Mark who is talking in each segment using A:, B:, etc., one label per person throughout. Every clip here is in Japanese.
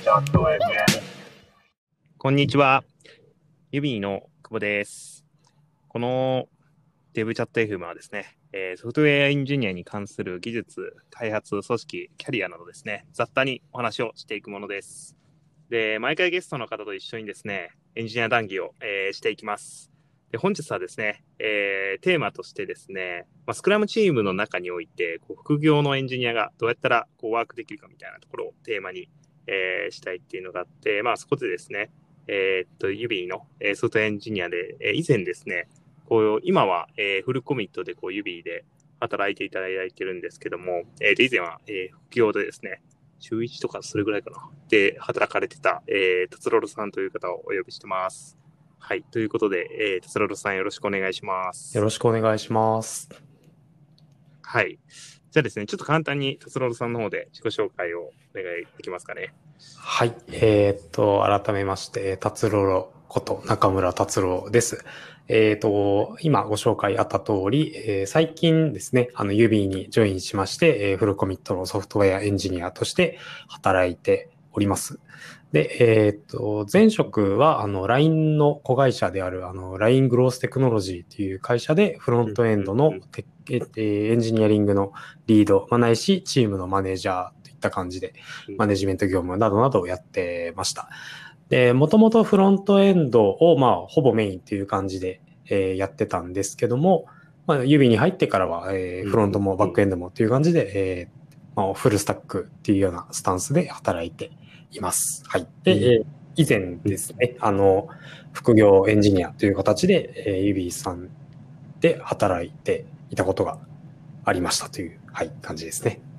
A: こんにちは。ユビーの久保です。このデブチャット FM はですね、ソフトウェアエンジニアに関する技術、開発、組織、キャリアなどですね、雑多にお話をしていくものです。で、毎回ゲストの方と一緒にですね、エンジニア談義を、していきます。で、本日はですね、テーマとしてですね、スクラムチームの中において、副業のエンジニアがどうやったらワークできるかみたいなところをテーマに、したいっていうのがあって、そこでですね、ユビーの、ソフトウェアエンジニアで、以前ですね、今は、フルコミットでユビーで働いていただいてるんですけども、以前は、副業でですね、週1とかそれぐらいかな。で、働かれてた、達郎さんという方をお呼びしてます。はい。ということで、達郎さんよろしくお願いします。
B: よろしくお願いします。
A: はい。じゃあですね、ちょっと簡単に達郎さんの方で自己紹介をお願いできますかね。
B: はい。改めまして、達郎こと中村達郎です。今ご紹介あった通り、最近ですね、ユビーにジョインしまして、フルコミットのソフトウェアエンジニアとして働いております。で、前職は、LINE の子会社である、LINE グローステクノロジーという会社で、フロントエンドのエンジニアリングのリード、ないし、チームのマネージャーといった感じで、マネジメント業務などなどをやってました。で、もともとフロントエンドを、ほぼメインという感じで、やってたんですけども、指に入ってからは、フロントもバックエンドもという感じで、フルスタックっていうようなスタンスで働いています。はい。で、以前ですね、副業エンジニアという形で、指さんで働いていたことがありましたという、はい、感じですね。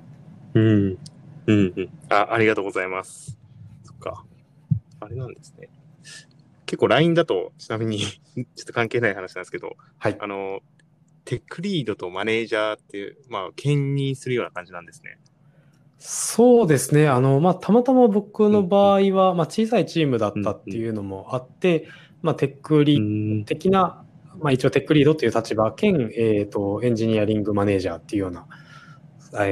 A: ありがとうございます。そっか。あれなんですね。結構 LINE だと、ちなみにちょっと関係ない話なんですけど、
B: はい。
A: テックリードとマネージャーっていう、兼任するような感じなんですね。
B: そうですね。たまたま僕の場合は、小さいチームだったっていうのもあって、テックリード的な、一応テックリードという立場兼、エンジニアリングマネージャーっていうような、はい、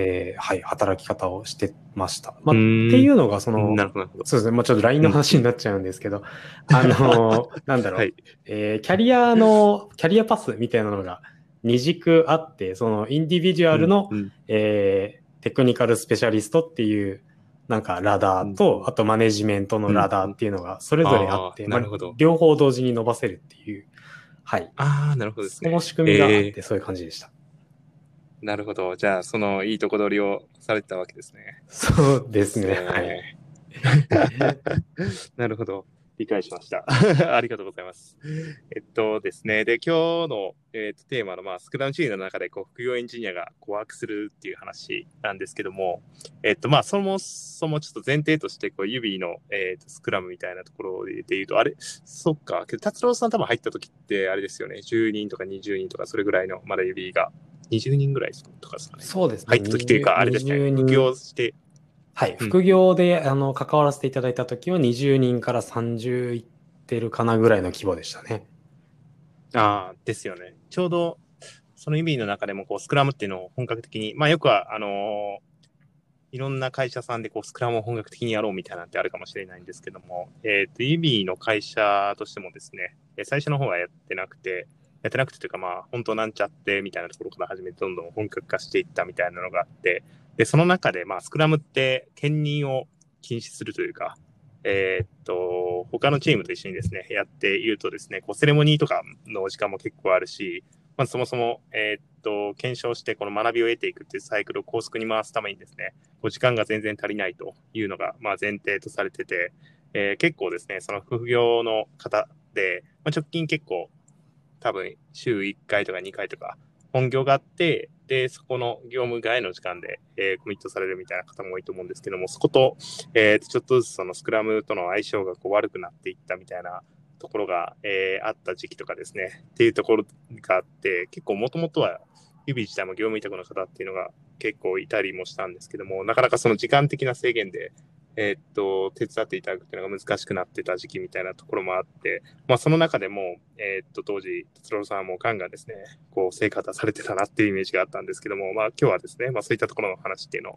B: 働き方をしてました。っていうのが、そうですね。ちょっと LINE の話になっちゃうんですけど、なんだろう、キャリアパスみたいなのが二軸あって、そのインディビジュアルの、テクニカルスペシャリストっていうなんかラダーと、あとマネジメントのラダーっていうのがそれぞれあって、両方同時に伸ばせるっていう、はい。
A: なるほどです
B: ね。その仕組みがあって、そういう感じでした。
A: なるほど。じゃあ、そのいいとこ取りをされてたわけですね。
B: そうですね。はい。
A: なるほど。理解しました。ありがとうございます。ですね。で、今日の、テーマの、スクラムチームの中で、副業エンジニアがワークするっていう話なんですけども、そもそもちょっと前提として、指の、スクラムみたいなところで言うと、あれ、そっか、けど、達郎さん多分入った時って、あれですよね、10人とか20人とか、それぐらいの、まだ指が、20人ぐらいとかですかね。
B: そうですね。
A: 入った時というか、あれですね、副業して、
B: はい。副業で、関わらせていただいたときは20人から30いってるかなぐらいの規模でしたね。
A: ですよね。ちょうど、その意味の中でも、スクラムっていうのを本格的に、よくは、いろんな会社さんで、スクラムを本格的にやろうみたいなってあるかもしれないんですけども、ユビーの会社としてもですね、最初の方はやってなくてというか、本当なんちゃってみたいなところから始めて、どんどん本格化していったみたいなのがあって、で、その中で、スクラムって兼任を禁止するというか、他のチームと一緒にですね、やっているとですね、セレモニーとかの時間も結構あるし、そもそも、検証してこの学びを得ていくっていうサイクルを高速に回すためにですね、時間が全然足りないというのが、前提とされてて、結構ですね、その副業の方で、直近結構多分週1回とか2回とか本業があって、で、そこの業務外の時間で、コミットされるみたいな方も多いと思うんですけども、そこと、ちょっとずつそのスクラムとの相性が悪くなっていったみたいなところが、あった時期とかですね、っていうところがあって、結構もともとは指自体も業務委託の方っていうのが結構いたりもしたんですけども、なかなかその時間的な制限で、手伝っていただくっていうのが難しくなってた時期みたいなところもあって、その中でも、当時、達郎さんはもうガンガンですね、成果出されてたなっていうイメージがあったんですけども、今日はですね、そういったところの話っていうのを、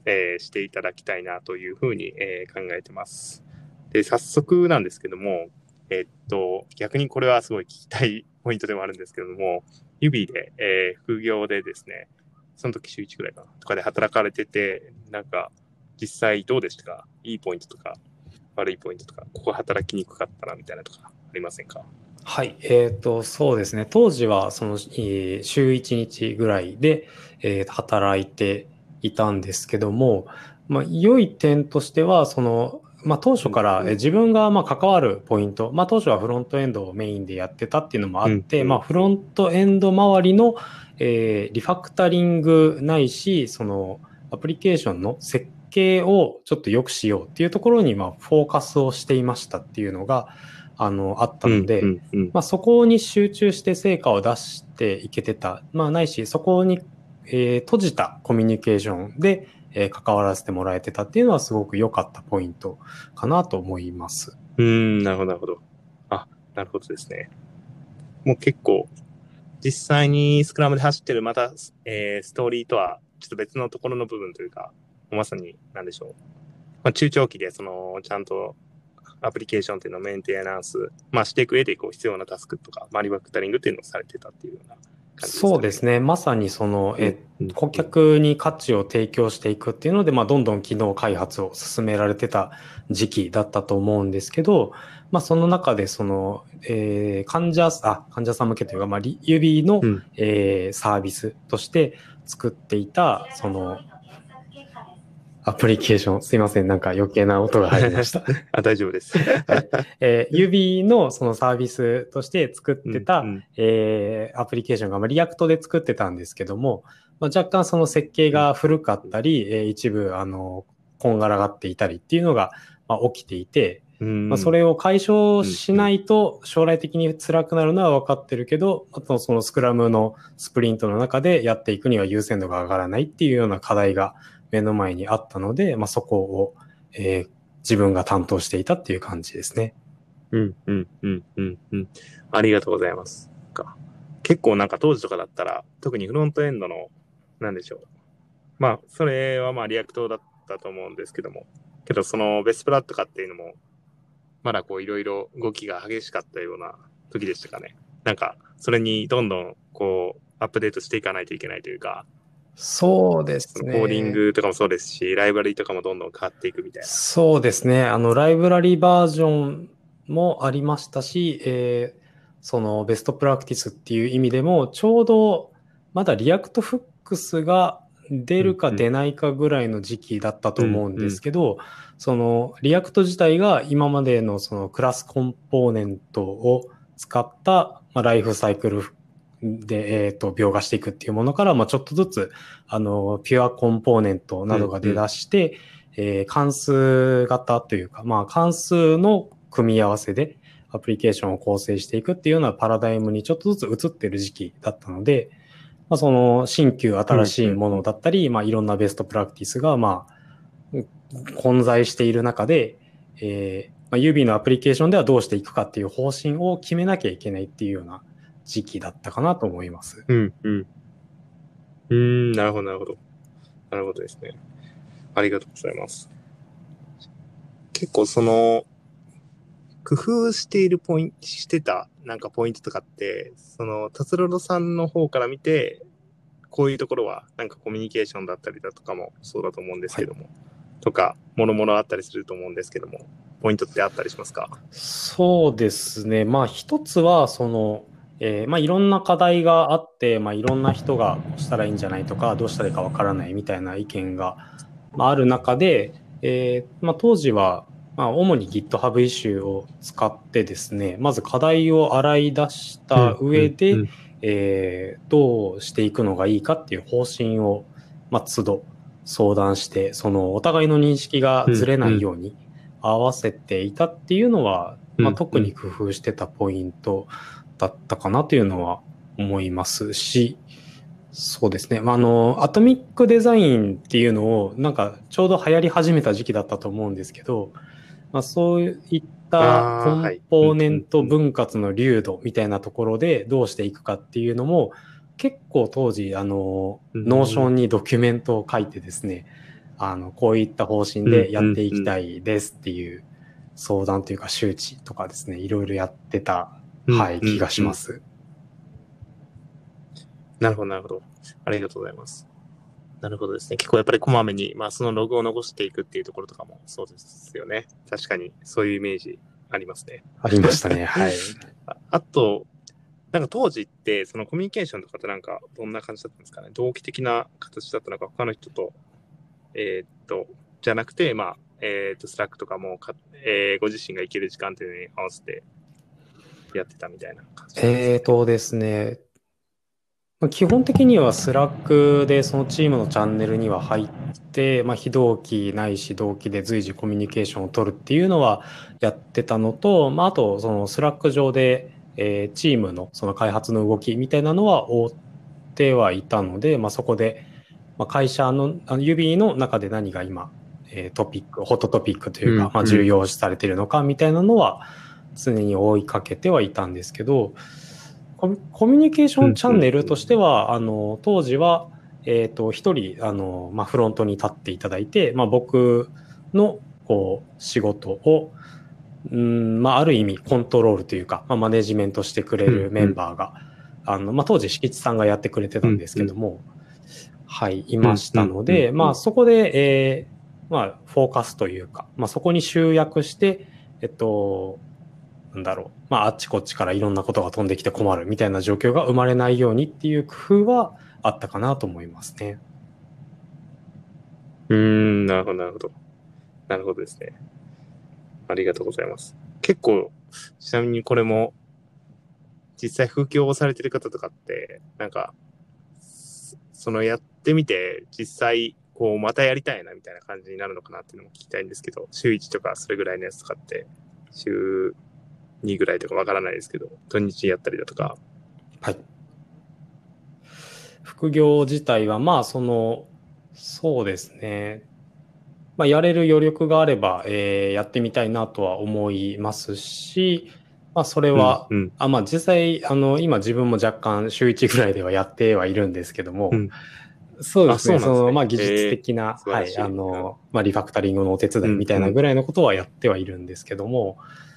A: していただきたいなというふうに、考えてます。で、早速なんですけども、逆にこれはすごい聞きたいポイントでもあるんですけども、指で、副業でですね、その時週1ぐらいかなとかで働かれてて、なんか実際どうでしたか？いいポイントとか悪いポイントとか、ここ働きにくかったなみたいなとかありませんか？
B: はい。そうですね。当時は、週1日ぐらいで、働いていたんですけども、良い点としては、当初から自分が関わるポイント、当初はフロントエンドをメインでやってたっていうのもあって、フロントエンド周りの、リファクタリングないし、アプリケーションの設計をちょっと良くしようっていうところに、フォーカスをしていましたっていうのが、あったので、そこに集中して成果を出していけてた。ないし、そこに、閉じたコミュニケーションで、関わらせてもらえてたっていうのはすごく良かったポイントかなと思います。
A: なるほど、なるほど。なるほどですね。もう結構、実際にスクラムで走ってるまた、ストーリーとはちょっと別のところの部分というか、まさに何でしょう。中長期でちゃんとアプリケーションっていうのをメンテナンス、していく上で必要なタスクとか、リファクタリングっていうのをされてたっていうような感じですかね。
B: そうですね。まさに顧客に価値を提供していくっていうので、どんどん機能開発を進められてた時期だったと思うんですけど、その中で患者さん向けというか、指の、サービスとして作っていた、アプリケーション、すいません、なんか余計な音が入りました。
A: 大丈夫です。
B: 指のそのサービスとして作ってた、アプリケーションがリアクトで作ってたんですけども、若干その設計が古かったり、一部こんがらがっていたりっていうのが、起きていて、それを解消しないと将来的に辛くなるのは分かってるけど、あとそのスクラムのスプリントの中でやっていくには優先度が上がらないっていうような課題が目の前にあったので、そこを、自分が担当していたっていう感じですね。
A: ありがとうございます。結構なんか当時とかだったら、特にフロントエンドの、なんでしょう。それはリアクトだったと思うんですけども、そのベスプラとかっていうのも、まだいろいろ動きが激しかったような時でしたかね。なんか、それにどんどんアップデートしていかないといけないというか、
B: そうですね。
A: コーディングとかもそうですし、ライブラリとかもどんどん変わっていくみたいな。
B: そうですね。ライブラリバージョンもありましたし、そのベストプラクティスっていう意味でも、ちょうどまだリアクトフックスが出るか出ないかぐらいの時期だったと思うんですけど、そのリアクト自体が今までのそのクラスコンポーネントを使ったライフサイクルで、描画していくっていうものから、ちょっとずつ、ピュアコンポーネントなどが出だして、関数型というか、関数の組み合わせでアプリケーションを構成していくっていうようなパラダイムにちょっとずつ移っている時期だったので、その新旧新しいものだったり、いろんなベストプラクティスが、混在している中で、指のアプリケーションではどうしていくかっていう方針を決めなきゃいけないっていうような時期だったかなと思います。
A: なるほど、なるほど。なるほどですね。ありがとうございます。結構工夫しているしてたなんかポイントとかって、達郎さんの方から見て、こういうところはなんかコミュニケーションだったりだとかもそうだと思うんですけども、とか、もろもろあったりすると思うんですけども、ポイントってあったりしますか？
B: そうですね。一つは、いろんな課題があって、いろんな人がこうしたらいいんじゃないとか、どうしたらいいかわからないみたいな意見が、ある中で、当時は、主に GitHub イシューを使ってですね、まず課題を洗い出した上で、どうしていくのがいいかっていう方針を、都度相談して、お互いの認識がずれないように合わせていたっていうのは、特に工夫してたポイントだったかなというのは思いますし、そうですね。アトミックデザインっていうのをなんかちょうど流行り始めた時期だったと思うんですけど、そういったコンポーネント分割の流度みたいなところでどうしていくかっていうのも結構当時ノーションにドキュメントを書いてですね、 こういった方針でやっていきたいですっていう相談というか周知とかですね、いろいろやってた、はい、気がします。
A: なるほど、なるほど。ありがとうございます。なるほどですね。結構やっぱりこまめに、まあそのログを残していくっていうところとかもそうですよね。確かにそういうイメージありますね。
B: ありましたね。はい。
A: あと、なんか当時ってそのコミュニケーションとかってなんかどんな感じだったんですかね。同期的な形だったのか、他の人と、じゃなくて、まあ、スラックとかもご自身が行ける時間というのに合わせてやってたみたいな感じですかね。
B: ですね。基本的にはスラックでそのチームのチャンネルには入って、非同期ないし同期で随時コミュニケーションを取るっていうのはやってたのと、あとそのスラック上で、チームのその開発の動きみたいなのは追ってはいたので、そこで、会社の指の中で何が今、トピック、ホットトピックというか、重要視されているのかみたいなのは常に追いかけてはいたんですけど、コミュニケーションチャンネルとしては、当時は、一人、フロントに立っていただいて、僕の、仕事を、ある意味コントロールというか、マネジメントしてくれるメンバーが、当時、敷地さんがやってくれてたんですけども、はい、いましたので、そこで、フォーカスというか、そこに集約して、あっちこっちからいろんなことが飛んできて困るみたいな状況が生まれないようにっていう工夫はあったかなと思いますね。
A: なるほど、なるほど。なるほどですね。ありがとうございます。結構、ちなみにこれも、実際、風況をされてる方とかって、なんか、そのやってみて、実際、またやりたいなみたいな感じになるのかなっていうのも聞きたいんですけど、週1とかそれぐらいのやつとかって、週2ぐらいとかわからないですけど、土日やったりだとか。
B: はい。副業自体は、そうですね。やれる余力があれば、やってみたいなとは思いますし、それは、実際、今自分も若干週1ぐらいではやってはいるんですけども、そうですね。技術的な、はい、リファクタリングのお手伝いみたいなぐらいのことはやってはいるんですけども、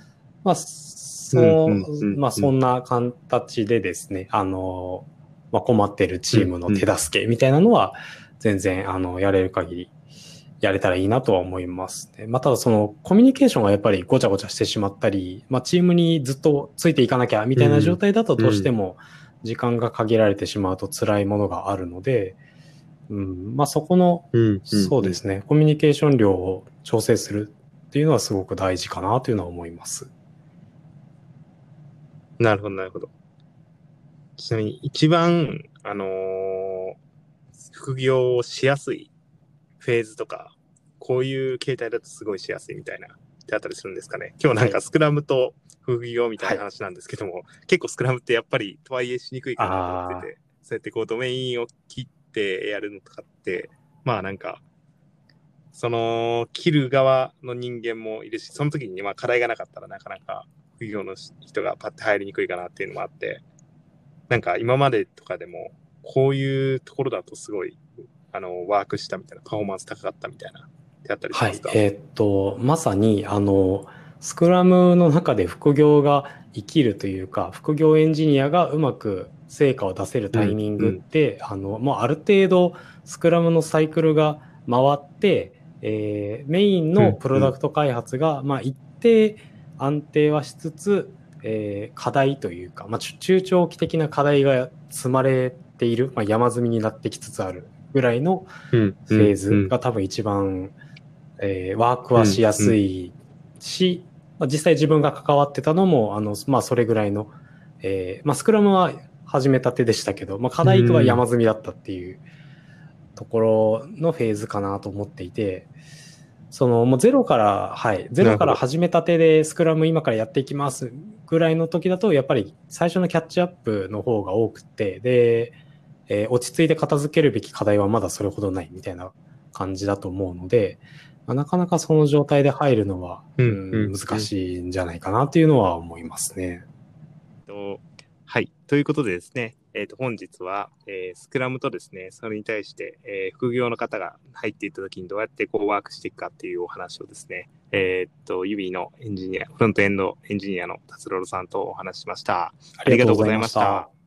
B: そんな形でですね、困っているチームの手助けみたいなのは、全然、やれる限り、やれたらいいなとは思いますね。ただそのコミュニケーションがやっぱりごちゃごちゃしてしまったり、チームにずっとついていかなきゃみたいな状態だとどうしても時間が限られてしまうと辛いものがあるので、そこの、そうですね、コミュニケーション量を調整するっていうのはすごく大事かなというのは思います。
A: なるほど、なるほど。ちなみに一番、副業をしやすいフェーズとか、こういう形態だとすごいしやすいみたいな、ってあったりするんですかね。今日なんかスクラムと副業みたいな話なんですけども、結構スクラムってやっぱりとはいえしにくいかなと思ってて、そうやってドメインを切ってやるのとかって、なんか、その切る側の人間もいるし、その時に課題がなかったらなかなか副業の人がパッて入りにくいかなっていうのもあって、なんか今までとかでも、こういうところだとすごい、ワークしたみたいな、パフォーマンス高かったみたいな、ってあったりしますか？
B: まさに、スクラムの中で副業が生きるというか、副業エンジニアがうまく成果を出せるタイミングって、もうある程度スクラムのサイクルが回って、メインのプロダクト開発が、一定安定はしつつ、課題というか、中長期的な課題が積まれている、山積みになってきつつあるぐらいのフェーズが多分一番、ワークはしやすいし、実際自分が関わってたのも、それぐらいの、スクラムは始めたてでしたけど、課題は山積みだったっていうところのフェーズかなと思っていて、もうゼロから始めたてでスクラム今からやっていきますぐらいの時だと、やっぱり最初のキャッチアップの方が多くて、で、落ち着いて片付けるべき課題はまだそれほどないみたいな感じだと思うので、なかなかその状態で入るのは、難しいんじゃないかなというのは思いますね。
A: はい。ということでですね、 本日は、スクラムとですね、それに対して、副業の方が入っていったときにどうやってこうワークしていくかっていうお話をですね、Ubi のエンジニア、フロントエンドエンジニアの達郎さんとお話ししました。ありがとうございました。